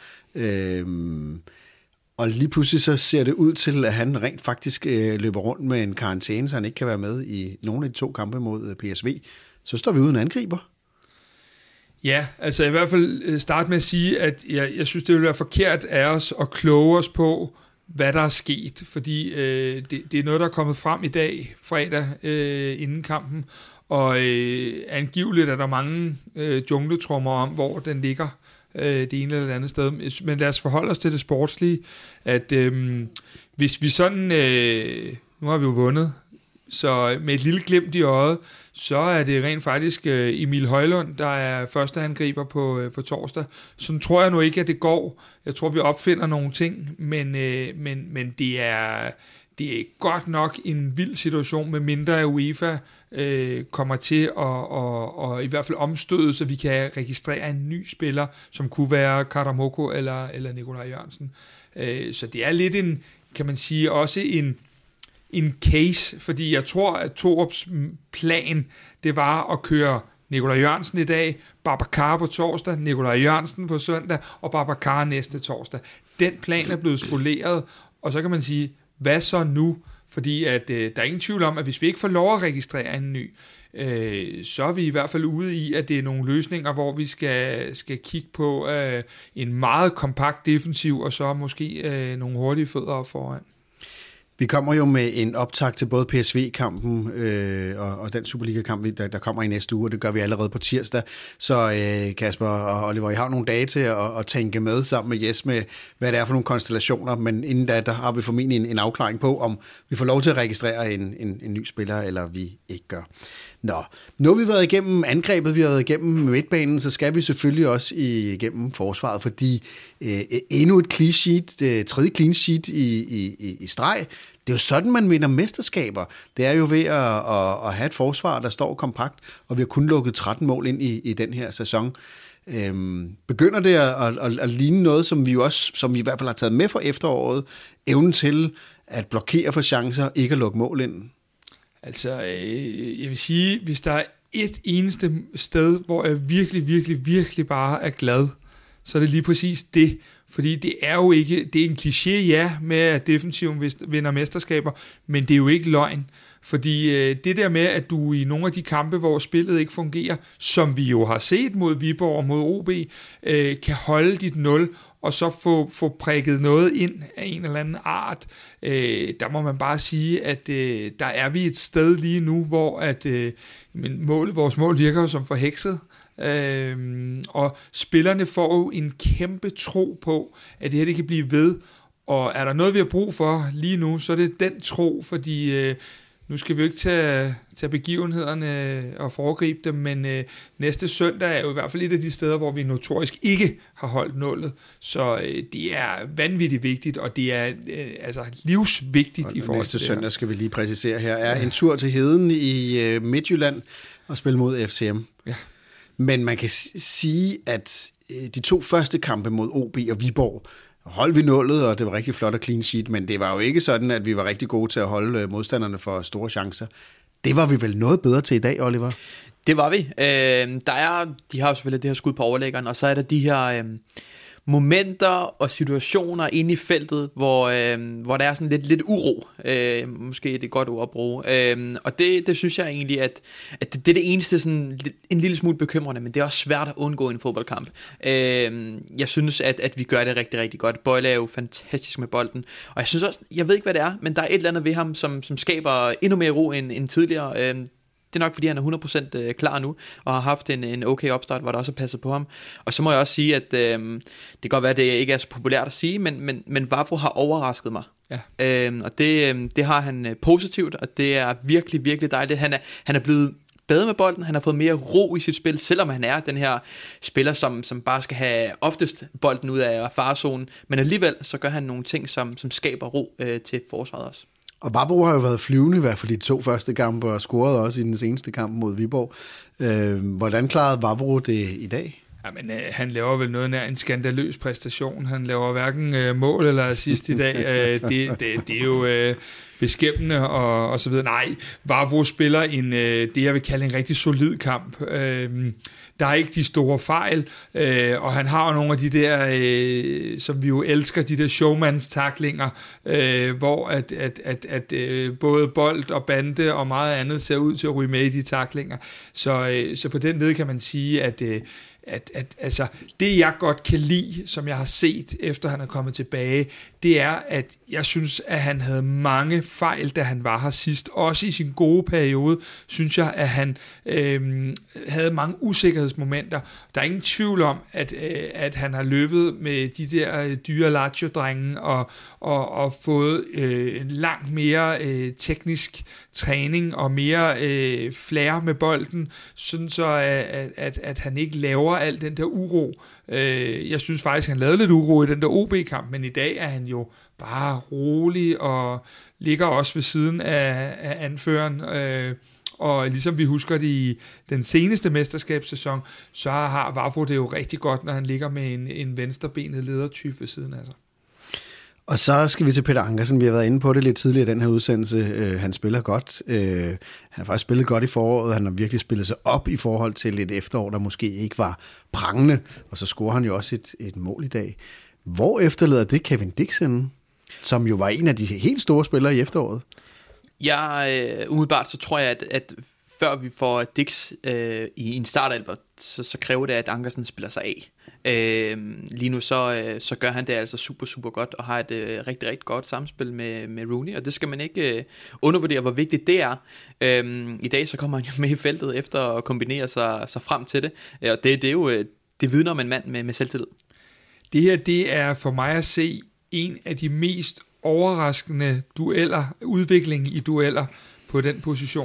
Og lige pludselig så ser det ud til, at han rent faktisk løber rundt med en karantæne, så han ikke kan være med i nogle af de to kampe mod P S V. Så står vi uden angriber. Ja, altså i hvert fald starte med at sige, at jeg, jeg synes, det ville være forkert af os at kloge os på, hvad der er sket, fordi øh, det, det er noget, der er kommet frem i dag, fredag, øh, inden kampen, og øh, angiveligt er der mange øh, jungletrummer om, hvor den ligger, øh, det ene eller det andet sted. Men lad os forholde os til det sportslige, at øh, hvis vi sådan, øh, nu har vi jo vundet, så med et lille glimt i øjet, så er det rent faktisk øh, Emil Højlund, der er førsteangriber på, øh, på torsdag. Sådan tror jeg nu ikke, at det går. Jeg tror, vi opfinder nogle ting, men, øh, men, men det, er, det er godt nok en vild situation, med mindre at UEFA øh, kommer til at og, og i hvert fald omstøde, så vi kan registrere en ny spiller, som kunne være Karamoko eller, eller Nikolaj Jørgensen. Øh, så det er lidt en, kan man sige, også en en case, fordi jeg tror, at Torups plan, det var at køre Nikolaj Jørgensen i dag, Babacar på torsdag, Nikolaj Jørgensen på søndag, og Babacar næste torsdag. Den plan er blevet spoleret, og så kan man sige, hvad så nu? Fordi at, øh, der er ingen tvivl om, at hvis vi ikke får lov at registrere en ny, øh, så er vi i hvert fald ude i, at det er nogle løsninger, hvor vi skal, skal kigge på øh, en meget kompakt defensiv, og så måske øh, nogle hurtige fødder op foran. Vi kommer jo med en optakt til både P S V-kampen øh, og, og den Superliga-kamp, der, der kommer i næste uge, og det gør vi allerede på tirsdag. Så øh, Kasper og Oliver, I har nogle dage til at, at tænke med sammen med Jes med, hvad det er for nogle konstellationer, men inden da, der har vi formentlig en, en afklaring på, om vi får lov til at registrere en, en, en ny spiller, eller vi ikke gør. Nå, nu har vi været igennem angrebet, vi har været igennem midtbanen, så skal vi selvfølgelig også igennem forsvaret, fordi øh, endnu et clean sheet, øh, tredje clean sheet i, i, i streg. Det er jo sådan, man vinder mesterskaber. Det er jo ved at, at, at have et forsvar, der står kompakt, og vi har kun lukket tretten mål ind i, i den her sæson. Øhm, begynder det at, at, at ligne noget, som vi jo også, som vi i hvert fald har taget med fra efteråret, evnen til at blokere for chancer, ikke at lukke mål ind? Altså, øh, jeg vil sige, hvis der er et eneste sted, hvor jeg virkelig, virkelig, virkelig bare er glad, så er det lige præcis det. Fordi det er jo ikke, det er en kliché, ja, med at defensiven vinder mesterskaber, men det er jo ikke løgn. Fordi øh, det der med, at du i nogle af de kampe, hvor spillet ikke fungerer, som vi jo har set mod Viborg og mod O B, øh, kan holde dit nul, og så få, få prikket noget ind af en eller anden art, øh, der må man bare sige, at øh, der er vi et sted lige nu, hvor at, øh, men målet, vores mål virker jo som forhekset. Øhm, og spillerne får jo en kæmpe tro på, at det her det kan blive ved, og er der noget vi har brug for lige nu, så er det den tro, fordi øh, nu skal vi jo ikke tage, tage begivenhederne og foregribe dem, men øh, næste søndag er jo i hvert fald et af de steder, hvor vi notorisk ikke har holdt nullet, så øh, det er vanvittigt vigtigt, og det er øh, altså livsvigtigt og i forhold til næste søndag skal vi lige præcisere her, er en tur til Heden i øh, Midtjylland og spille mod F C M. Ja. Men man kan sige, at de to første kampe mod O B og Viborg holdt vi nullet, og det var rigtig flot og clean sheet, men det var jo ikke sådan, at vi var rigtig gode til at holde modstanderne for store chancer. Det var vi vel noget bedre til i dag, Oliver? Det var vi. Øh, der er, de har jo selvfølgelig det her skud på overlæggeren, og så er der de her øh, momenter og situationer inde i feltet, hvor, øh, hvor der er sådan lidt, lidt uro. Øh, måske er det godt ord at bruge. Øh, og det, det synes jeg egentlig, at, at det, det er det eneste sådan, en lille smule bekymrende, men det er også svært at undgå i en fodboldkamp. Øh, jeg synes, at, at vi gør det rigtig, rigtig godt. Bøjle er jo fantastisk med bolden, og jeg synes også, jeg ved ikke, hvad det er, men der er et eller andet ved ham, som, som skaber endnu mere ro end, end tidligere. Øh, Det er nok, fordi han er hundrede procent klar nu, og har haft en, en okay opstart, hvor der også er passet på ham. Og så må jeg også sige, at øh, det kan godt være, at det ikke er så populært at sige, men, men, men Vavro har overrasket mig. Ja. Øh, og det, øh, det har han positivt, og det er virkelig, virkelig dejligt. Han er, han er blevet bedre med bolden, han har fået mere ro i sit spil, selvom han er den her spiller, som, som bare skal have oftest bolden ud af farezonen, men alligevel så gør han nogle ting, som, som skaber ro øh, til forsvaret også. Og Vavro har jo været flyvende i hvert fald de to første kampe, og scorede også i den seneste kamp mod Viborg. Øh, hvordan klarede Vavro det i dag? Jamen, øh, han laver vel noget nær en skandaløs præstation. Han laver hverken øh, mål eller assist i dag. Øh, det, det, det er jo øh, beskæmmende og, og så videre. Nej, Vavro spiller en, øh, det, jeg vil kalde en rigtig solid kamp. Øh, Der er ikke de store fejl, øh, og han har jo nogle af de der, øh, som vi jo elsker, de der showmans-taklinger, øh, hvor at, at, at, at øh, både bold og bande og meget andet ser ud til at ryge med i de taklinger. Så, øh, så på den led kan man sige, at øh, At, at altså, det jeg godt kan lide, som jeg har set efter han er kommet tilbage, det er, at jeg synes, at han havde mange fejl, da han var her sidst. Også i sin gode periode, synes jeg, at han øh, havde mange usikkerhedsmomenter. Der er ingen tvivl om, at, øh, at han har løbet med de der dyre Lazio-drenge og, og, og fået øh, en langt mere øh, teknisk træning og mere øh, flair med bolden, sådan så, at, at, at han ikke laver al den der uro. Øh, jeg synes faktisk, han lavede lidt uro i den der O B-kamp, men i dag er han jo bare rolig og ligger også ved siden af, af anføreren. Øh, og ligesom vi husker det i den seneste mesterskabssæson, så har Vavro det jo rigtig godt, når han ligger med en, en venstrebenet ledertype ved siden af sig. Og så skal vi til Peter Ankersen. Vi har været inde på det lidt tidligere i den her udsendelse. Øh, han spiller godt. Øh, han har faktisk spillet godt i foråret. Han har virkelig spillet sig op i forhold til et efterår, der måske ikke var prangende. Og så scorer han jo også et, et mål i dag. Hvor efterlader det Kevin Dixon, som jo var en af de helt store spillere i efteråret? Ja, øh, umiddelbart så tror jeg, at, at før vi får Dix øh, i en startalber, så, så kræver det, at Ankersen spiller sig af. Øh, lige nu så, øh, så gør han det altså super, super godt, og har et øh, rigtig, rigtig godt samspil med, med Rooney, og det skal man ikke øh, undervurdere, hvor vigtigt det er. Øh, I dag så kommer han jo med i feltet efter at kombinere sig, sig frem til det, og det, det er jo, det vidner om en mand med, med selvtillid. Det her, det er for mig at se en af de mest overraskende dueller, udvikling i dueller på den position.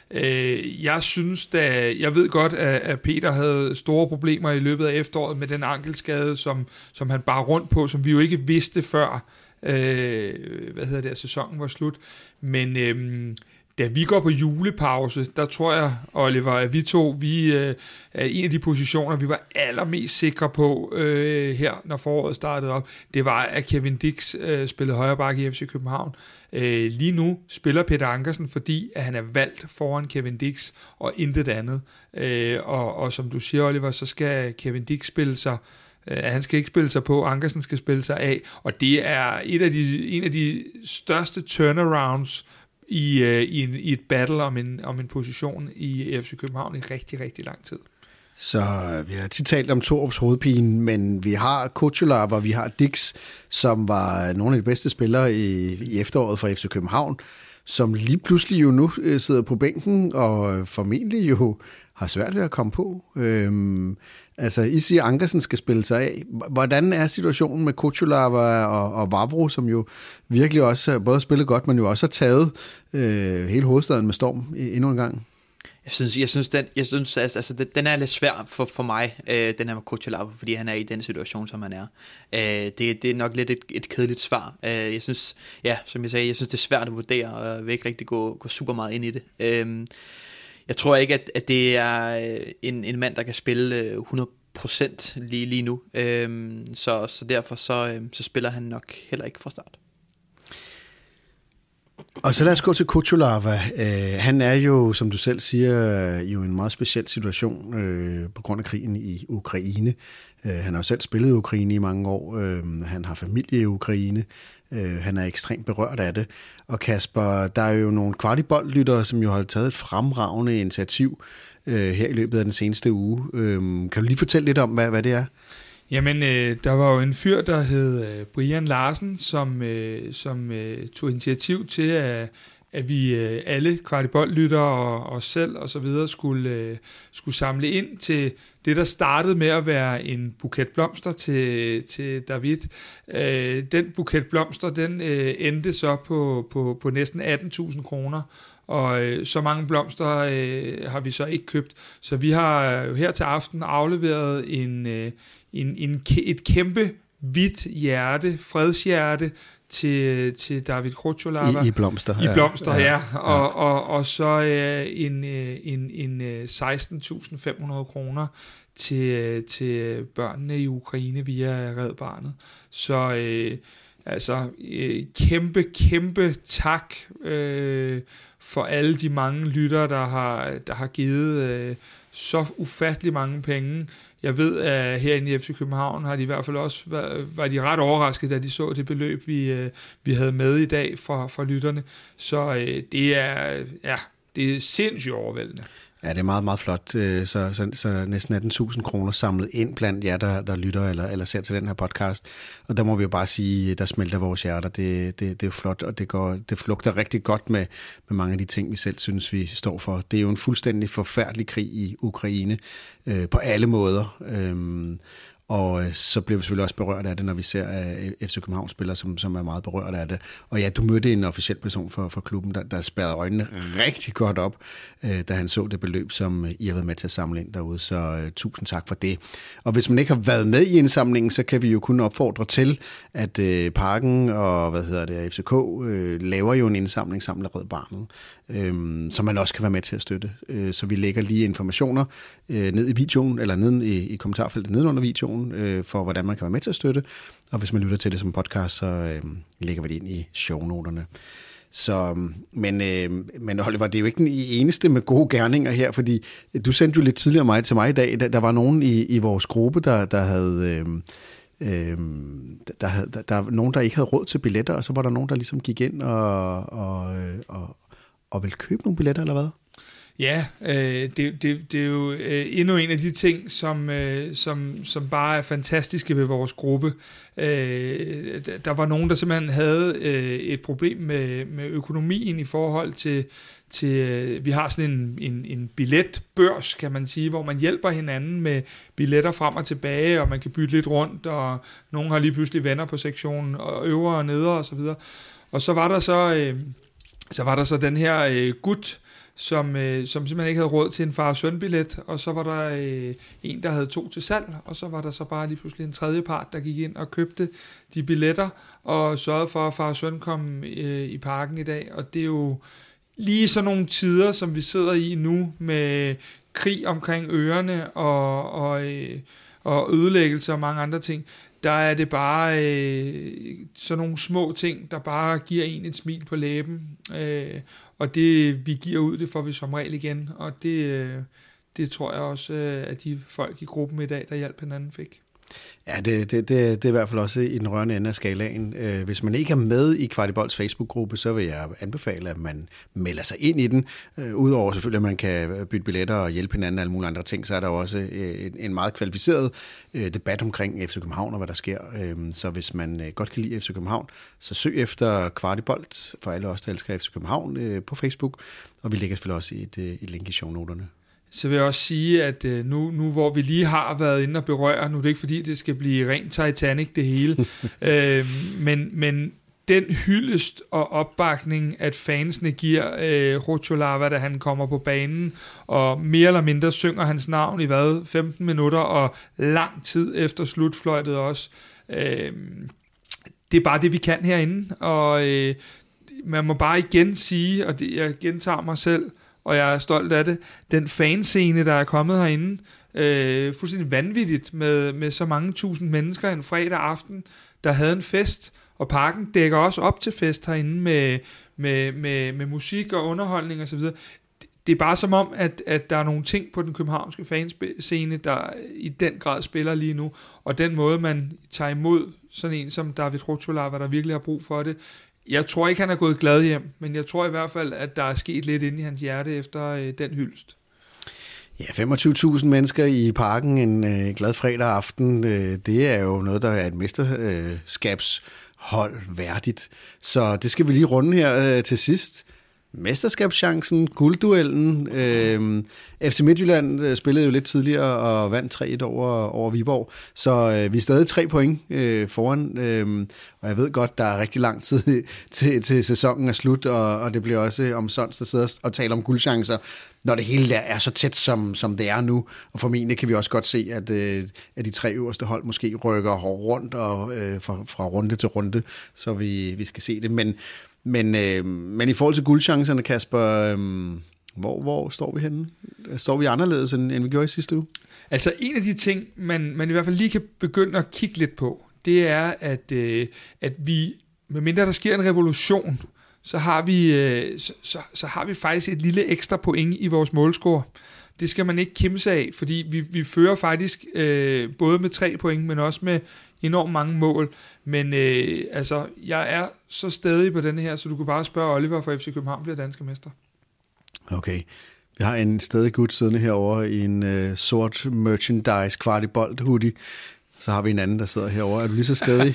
Øh, jeg synes da, jeg ved godt, at, at Peter havde store problemer i løbet af efteråret med den ankelskade, som, som han bar rundt på, som vi jo ikke vidste før, øh, hvad hedder det, sæsonen var slut. Men øh, da vi går på julepause, der tror jeg, Oliver, at vi to, vi øh, er en af de positioner, vi var allermest sikre på øh, her, når foråret startede op. Det var, at Kevin Dix øh, spillede højre bakke i F C København. Øh, lige nu spiller Peter Ankersen, fordi at han er valgt foran Kevin Dix og intet andet. Øh, og, og som du siger, Oliver, så skal Kevin Dix spille sig øh, han skal ikke spille sig på, Ankersen skal spille sig af, og det er et af de, en af de største turnarounds i, øh, i, en, i et battle om en, om en position i F C København i rigtig, rigtig lang tid. Så vi har tit talt om Torups hovedpine, men vi har Kuchulava, og vi har Dix, som var nogle af de bedste spillere i, i efteråret for F C København, som lige pludselig jo nu sidder på bænken, og formentlig jo har svært ved at komme på. Øhm, altså, I siger, Ankersen skal spille sig af. Hvordan er situationen med Kuchulava og, og Vavro, som jo virkelig også både har spillet godt, men jo også har taget øh, hele hovedstaden med storm endnu en gang? Jeg synes, jeg synes, den, jeg synes altså, den er lidt svær for, for mig, øh, den her med Kuchulava, fordi han er i den situation, som han er. Øh, det, det er nok lidt et, et kedeligt svar. Øh, jeg synes, ja, som jeg sagde, jeg synes, det er svært at vurdere, og jeg vil ikke rigtig gå, gå super meget ind i det. Øh, jeg tror ikke, at, at det er en, en mand, der kan spille hundrede procent lige, lige nu. Øh, så, så derfor så, så spiller han nok heller ikke fra start. Og så lad os gå til Kuchulava. Uh, han er jo, som du selv siger, jo en meget speciel situation uh, på grund af krigen i Ukraine. Uh, han har jo selv spillet i Ukraine i mange år. Uh, han har familie i Ukraine. Uh, han er ekstremt berørt af det. Og Kasper, der er jo nogle kvartiboldlyttere, som jo har taget et fremragende initiativ uh, her i løbet af den seneste uge. Uh, kan du lige fortælle lidt om, hvad, hvad det er? Jamen, øh, der var jo en fyr, der hed øh, Brian Larsen, som, øh, som øh, tog initiativ til, at, at vi øh, alle kvartiboldlyttere og os selv og så videre skulle, øh, skulle samle ind til det, der startede med at være en buket blomster til, til David. Øh, den buket blomster, den øh, endte så på, på, på næsten atten tusind kroner. Og øh, så mange blomster øh, har vi så ikke købt. Så vi har øh, her til aften afleveret en, øh, en, en, et kæmpe hvidt hjerte, fredshjerte, til, til David Kuchulava. I, I blomster. I blomster, ja. ja. Og, ja. Og, og så øh, en, en, en seksten tusind fem hundrede kroner til, til børnene i Ukraine via Red Barnet. Så øh, altså øh, kæmpe, kæmpe tak øh, for alle de mange lyttere, der har, der har givet øh, så ufattelig mange penge. Jeg ved, at herinde i F C København har de i hvert fald også været, var de ret overrasket, da de så det beløb, vi, øh, vi havde med i dag fra, fra lytterne. Så øh, det er, ja, det er sindssygt overvældende. Ja, det er meget, meget flot. Så, så, så næsten atten tusind kroner samlet ind blandt jer, der, der lytter eller, eller ser til den her podcast. Og der må vi jo bare sige, der smelter vores hjerter. Det, det, det er flot, og det, går, det flugter rigtig godt med, med mange af de ting, vi selv synes, vi står for. Det er jo en fuldstændig forfærdelig krig i Ukraine øh, på alle måder. Øhm, Og så bliver vi selvfølgelig også berørt af det, når vi ser F C København-spillere, som, som er meget berørt af det. Og ja, du mødte en officiel person for, for klubben, der, der spærrede øjnene rigtig godt op, øh, da han så det beløb, som I har været med til at samle ind derude. Så øh, tusind tak for det. Og hvis man ikke har været med i indsamlingen, så kan vi jo kun opfordre til, at øh, Parken og hvad hedder det, F C K øh, laver jo en indsamling sammen med Red Barnet, øh, som man også kan være med til at støtte. Øh, så vi lægger lige informationer øh, ned i videoen, eller ned i, i kommentarfeltet nedenunder videoen, for hvordan man kan være med til at støtte. Og hvis man lytter til det som podcast, så øh, lægger vi det ind i shownoterne. Så, men, øh, men Oliver, det er jo ikke den eneste med gode gerninger her, fordi du sendte jo lidt tidligere mig til mig i dag, der, der var nogen i, i vores gruppe, der, der havde... Øh, Øh, der, havde, der, der var nogen, der ikke havde råd til billetter, og så var der nogen, der ligesom gik ind og, og, og, og ville købe nogle billetter, eller hvad? Ja, øh, det, det, det er jo øh, endnu en af de ting, som, øh, som, som bare er fantastiske ved vores gruppe. Øh, der var nogen, der simpelthen havde øh, et problem med, med økonomien i forhold til, til øh, vi har sådan en, en, en billetbørs, kan man sige, hvor man hjælper hinanden med billetter frem og tilbage, og man kan bytte lidt rundt, og nogen har lige pludselig venner på sektionen, og øvre og nedre og så videre. Og så var der så, øh, så var der så den her øh, gut, som, øh, som simpelthen ikke havde råd til en far- og søn-billet, og så var der øh, en, der havde to til salg, og så var der så bare lige pludselig en tredje part, der gik ind og købte de billetter, og sørgede for, at far og søn kom øh, i parken i dag, og det er jo lige sådan nogle tider, som vi sidder i nu, med krig omkring ørerne, og, og, øh, og ødelæggelse og mange andre ting. Der er det bare øh, sådan nogle små ting, der bare giver en et smil på læben. Øh, og det, vi giver ud, det får vi som regel igen. Og det, øh, det tror jeg også, øh, at de folk i gruppen i dag, der hjalp hinanden, fik. Ja, det, det, det, det er i hvert fald også i den rørende ende af skalaen. Hvis man ikke er med i Kvartibolds Facebook-gruppe, så vil jeg anbefale, at man melder sig ind i den. Udover selvfølgelig, at man kan bytte billetter og hjælpe hinanden og alle mulige andre ting, så er der også en, en meget kvalificeret debat omkring F C København og hvad der sker. Så hvis man godt kan lide F C København, så søg efter Kvartibold for alle os, der elsker F C København på Facebook. Og vi lægger selvfølgelig også et, et link i shownoterne. Så vil jeg også sige, at nu, nu hvor vi lige har været inde og berøre, nu er det ikke fordi, det skal blive rent Titanic det hele, øh, men, men den hyldest og opbakning, at fansene giver øh, Rucholava, da han kommer på banen, og mere eller mindre synger hans navn i hvad, femten minutter, og lang tid efter slutfløjtet også. Øh, det er bare det, vi kan herinde, og øh, man må bare igen sige, og det, jeg gentager mig selv, og jeg er stolt af det, den fanscene, der er kommet herinde, øh, fuldstændig vanvittigt, med, med så mange tusind mennesker en fredag aften, der havde en fest, og parken dækker også op til fest herinde med, med, med, med musik og underholdning osv. Det, det er bare som om, at, at der er nogle ting på den københavnske fanscene, der i den grad spiller lige nu, og den måde, man tager imod sådan en som David Rucholava, der virkelig har brug for det. Jeg tror ikke, han er gået glad hjem, men jeg tror i hvert fald, at der er sket lidt inde i hans hjerte efter øh, den hyldest. Ja, femogtyve tusind mennesker i parken en øh, glad fredag aften, øh, det er jo noget, der er et mesterskabshold værdigt. Så det skal vi lige runde her øh, til sidst. Mesterskabschancen, guldduellen. Øh, F C Midtjylland øh, spillede jo lidt tidligere og vandt tre et over, over Viborg, så øh, vi er stadig tre point øh, foran, øh, og jeg ved godt, der er rigtig lang tid til, til sæsonen er slut, og, og det bliver også om sådan, der sidder og taler om guldchancer, når det hele der er så tæt, som, som det er nu, og formentlig kan vi også godt se, at, øh, at de tre øverste hold måske rykker rundt og, øh, fra, fra runde til runde, så vi, vi skal se det, men Men, øh, men i forhold til guldchancerne, Kasper, øh, hvor, hvor står vi henne? Står vi anderledes, end, end vi gjorde i sidste uge? Altså en af de ting, man, man i hvert fald lige kan begynde at kigge lidt på, det er, at, øh, at vi, medmindre der sker en revolution, så har, vi, øh, så, så, så har vi faktisk et lille ekstra point i vores målscore. Det skal man ikke kimse af, fordi vi, vi fører faktisk øh, både med tre point, men også med enormt mange mål. Men øh, altså, jeg er så stadig på denne her, så du kan bare spørge Oliver fra F C København bliver danske mester. Okay. Vi har en stadig gut siddende herovre i en øh, sort merchandise Kvartibold hoodie. Så har vi en anden, der sidder herovre. Er du lige så stadig?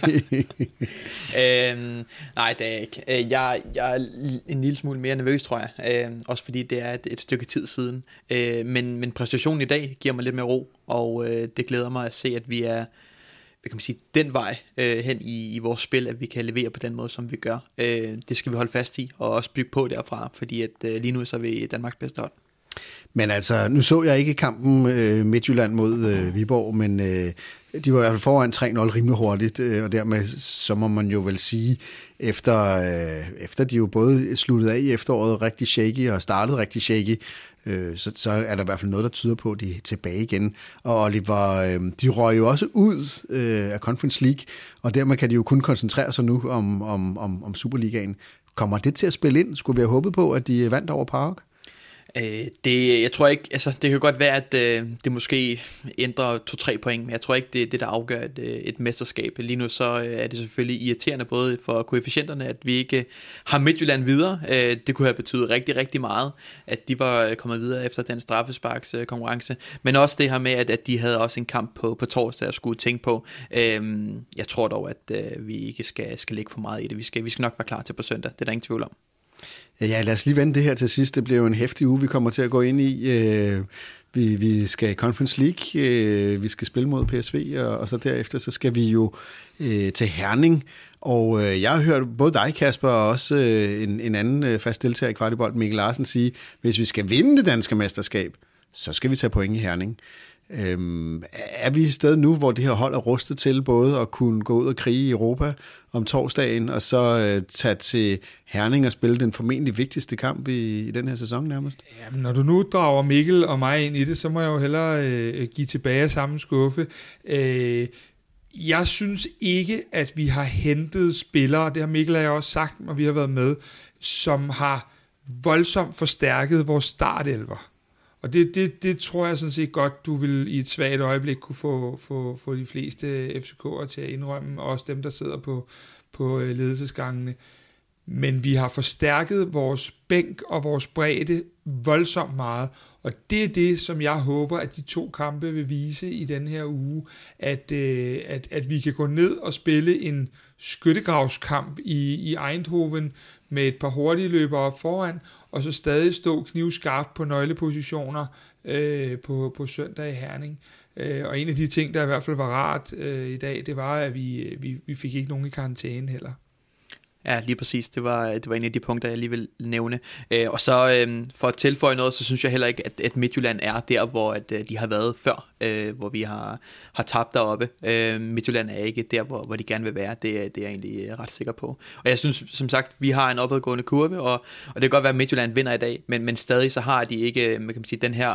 øhm, nej, det er jeg ikke. Jeg, jeg er en lille smule mere nervøs, tror jeg. Øhm, også fordi det er et, et stykke tid siden. Øhm, men, men præstationen i dag giver mig lidt mere ro, og øh, det glæder mig at se, at vi er hvad kan man sige, den vej øh, hen i, i vores spil, at vi kan levere på den måde, som vi gør. Øh, det skal vi holde fast i, og også bygge på derfra, fordi at øh, lige nu så er vi Danmarks bedste hold. Men altså, nu så jeg ikke kampen øh, Midtjylland mod øh, Viborg, men øh, de var i hvert fald foran tre nul rimelig hurtigt, øh, og dermed så må man jo vel sige, efter, øh, efter de jo både sluttede af i efteråret rigtig shaky og startede rigtig shaky, øh, så, så er der i hvert fald noget, der tyder på, at de er tilbage igen. Og Oliver, øh, de røg jo også ud øh, af Conference League, og dermed kan de jo kun koncentrere sig nu om, om, om, om Superligaen. Kommer det til at spille ind? Skulle vi have håbet på, at de vandt over Park? Øh, det, jeg tror ikke, altså det kan godt være, at øh, det måske ændrer to-tre point, men jeg tror ikke, det er det, der afgør et, et mesterskab. Lige nu så øh, er det selvfølgelig irriterende både for koefficienterne, at vi ikke har Midtjylland videre. Øh, det kunne have betydet rigtig, rigtig meget, at de var kommet videre efter den straffesparks øh, konkurrence, men også det her med, at, at de havde også en kamp på, på torsdag, jeg skulle tænke på. Øh, jeg tror dog, at øh, vi ikke skal, skal lægge for meget i det. Vi skal, vi skal nok være klar til på søndag, det er der ingen tvivl om. Ja, lad os lige vende det her til sidst. Det bliver jo en heftig uge, vi kommer til at gå ind i. Vi, vi skal i Conference League, øh, vi skal spille mod P S V, og, og så derefter så skal vi jo øh, til Herning. Og øh, jeg har hørt både dig, Kasper, og også øh, en, en anden øh, fast deltager i Kvart i Bold, Mikkel Larsen, sige, hvis vi skal vinde det danske mesterskab, så skal vi tage point i Herning. Øhm, er vi et sted nu, hvor det her hold er rustet til både at kunne gå ud og krige i Europa om torsdagen, og så øh, tage til Herning og spille den formentlig vigtigste kamp i, i den her sæson nærmest? Jamen, når du nu drager Mikkel og mig ind i det, så må jeg jo hellere øh, give tilbage af samme skuffe. Øh, jeg synes ikke, at vi har hentet spillere, det har Mikkel og jeg også sagt, og vi har været med, som har voldsomt forstærket vores startelver. Og det, det, det tror jeg sådan set godt, du vil i et svagt øjeblik kunne få, få, få de fleste F C K'ere til at indrømme, også dem, der sidder på, på ledelsesgangene. Men vi har forstærket vores bænk og vores bredde voldsomt meget, og det er det, som jeg håber, at de to kampe vil vise i den her uge, at, øh, at, at vi kan gå ned og spille en skyttegravskamp i, i Eindhoven med et par hurtige løbere op foran, og så stadig stå knivskarpt på nøglepositioner øh, på, på søndag i Herning. Øh, og en af de ting, der i hvert fald var rart øh, i dag, det var, at vi, vi, vi fik ikke nogen i karantæne heller. Ja, lige præcis. Det var, det var en af de punkter, jeg lige vil nævne. Øh, og så øh, for at tilføje noget, så synes jeg heller ikke, at, at Midtjylland er der, hvor at, de har været før, øh, hvor vi har, har tabt deroppe. Øh, Midtjylland er ikke der, hvor, hvor de gerne vil være. Det, det er jeg egentlig ret sikker på. Og jeg synes, som sagt, vi har en opadgående kurve, og, og det kan godt være, at Midtjylland vinder i dag, men, men stadig så har de ikke, man kan sige, den her...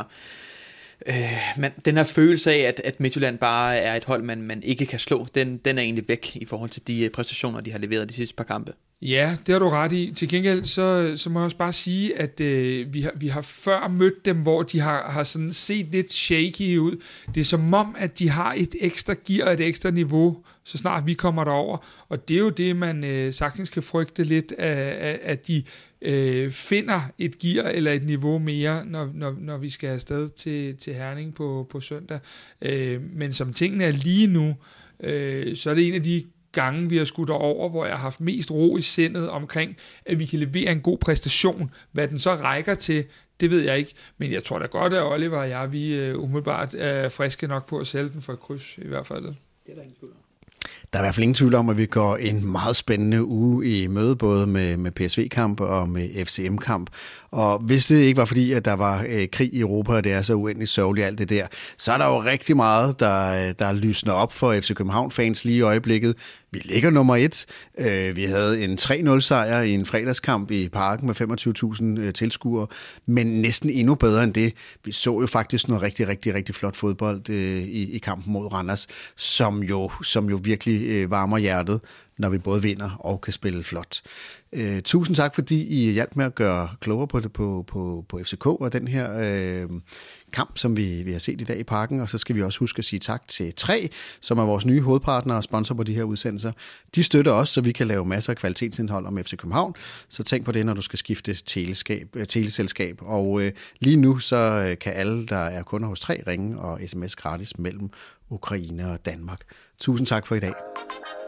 Øh, men den her følelse af, at, at Midtjylland bare er et hold, man, man ikke kan slå, den, den er egentlig væk i forhold til de præstationer, de har leveret de sidste par kampe. Ja, det har du ret i. Til gengæld, så, så må jeg også bare sige, at øh, vi, har, vi har før mødt dem, hvor de har, har sådan set lidt shaky ud. Det er som om, at de har et ekstra gear, et ekstra niveau, så snart vi kommer derover. Og det er jo det, man øh, sagtens kan frygte lidt, af, at de øh, finder et gear eller et niveau mere, når, når, når vi skal afsted til, til Herning på, på søndag. Øh, men som tingene er lige nu, øh, så er det en af de gange, vi har skudt over, hvor jeg har haft mest ro i sindet omkring, at vi kan levere en god præstation. Hvad den så rækker til, det ved jeg ikke. Men jeg tror da godt, at Oliver og jeg, vi uh, umiddelbart er friske nok på at sælge den for et kryds, i hvert fald. Det er der ingen tvivl om. Der er i hvert fald ingen tvivl om, at vi går en meget spændende uge i møde, både med, med P S V-kamp og med F C M-kamp. Og hvis det ikke var fordi, at der var øh, krig i Europa, og det er så uendeligt sørgeligt alt det der, så er der jo rigtig meget, der, der lysner op for F C København-fans lige i øjeblikket. Vi ligger nummer et. Øh, vi havde en tre nul sejr i en fredagskamp i Parken med femogtyve tusind øh, tilskuere, men næsten endnu bedre end det. Vi så jo faktisk noget rigtig, rigtig, rigtig flot fodbold øh, i, i kampen mod Randers, som jo, som jo virkelig øh, varmer hjertet, når vi både vinder og kan spille flot. Uh, tusind tak, fordi I hjalp med at gøre klogere på det på, på, på F C K og den her uh, kamp, som vi, vi har set i dag i Parken. Og så skal vi også huske at sige tak til tre, som er vores nye hovedpartner og sponsor på de her udsendelser. De støtter os, så vi kan lave masser af kvalitetsindhold om F C København. Så tænk på det, når du skal skifte teleskab, uh, teleselskab. Og uh, lige nu så uh, kan alle, der er kunder hos tre, ringe og sms gratis mellem Ukraine og Danmark. Tusind tak for i dag.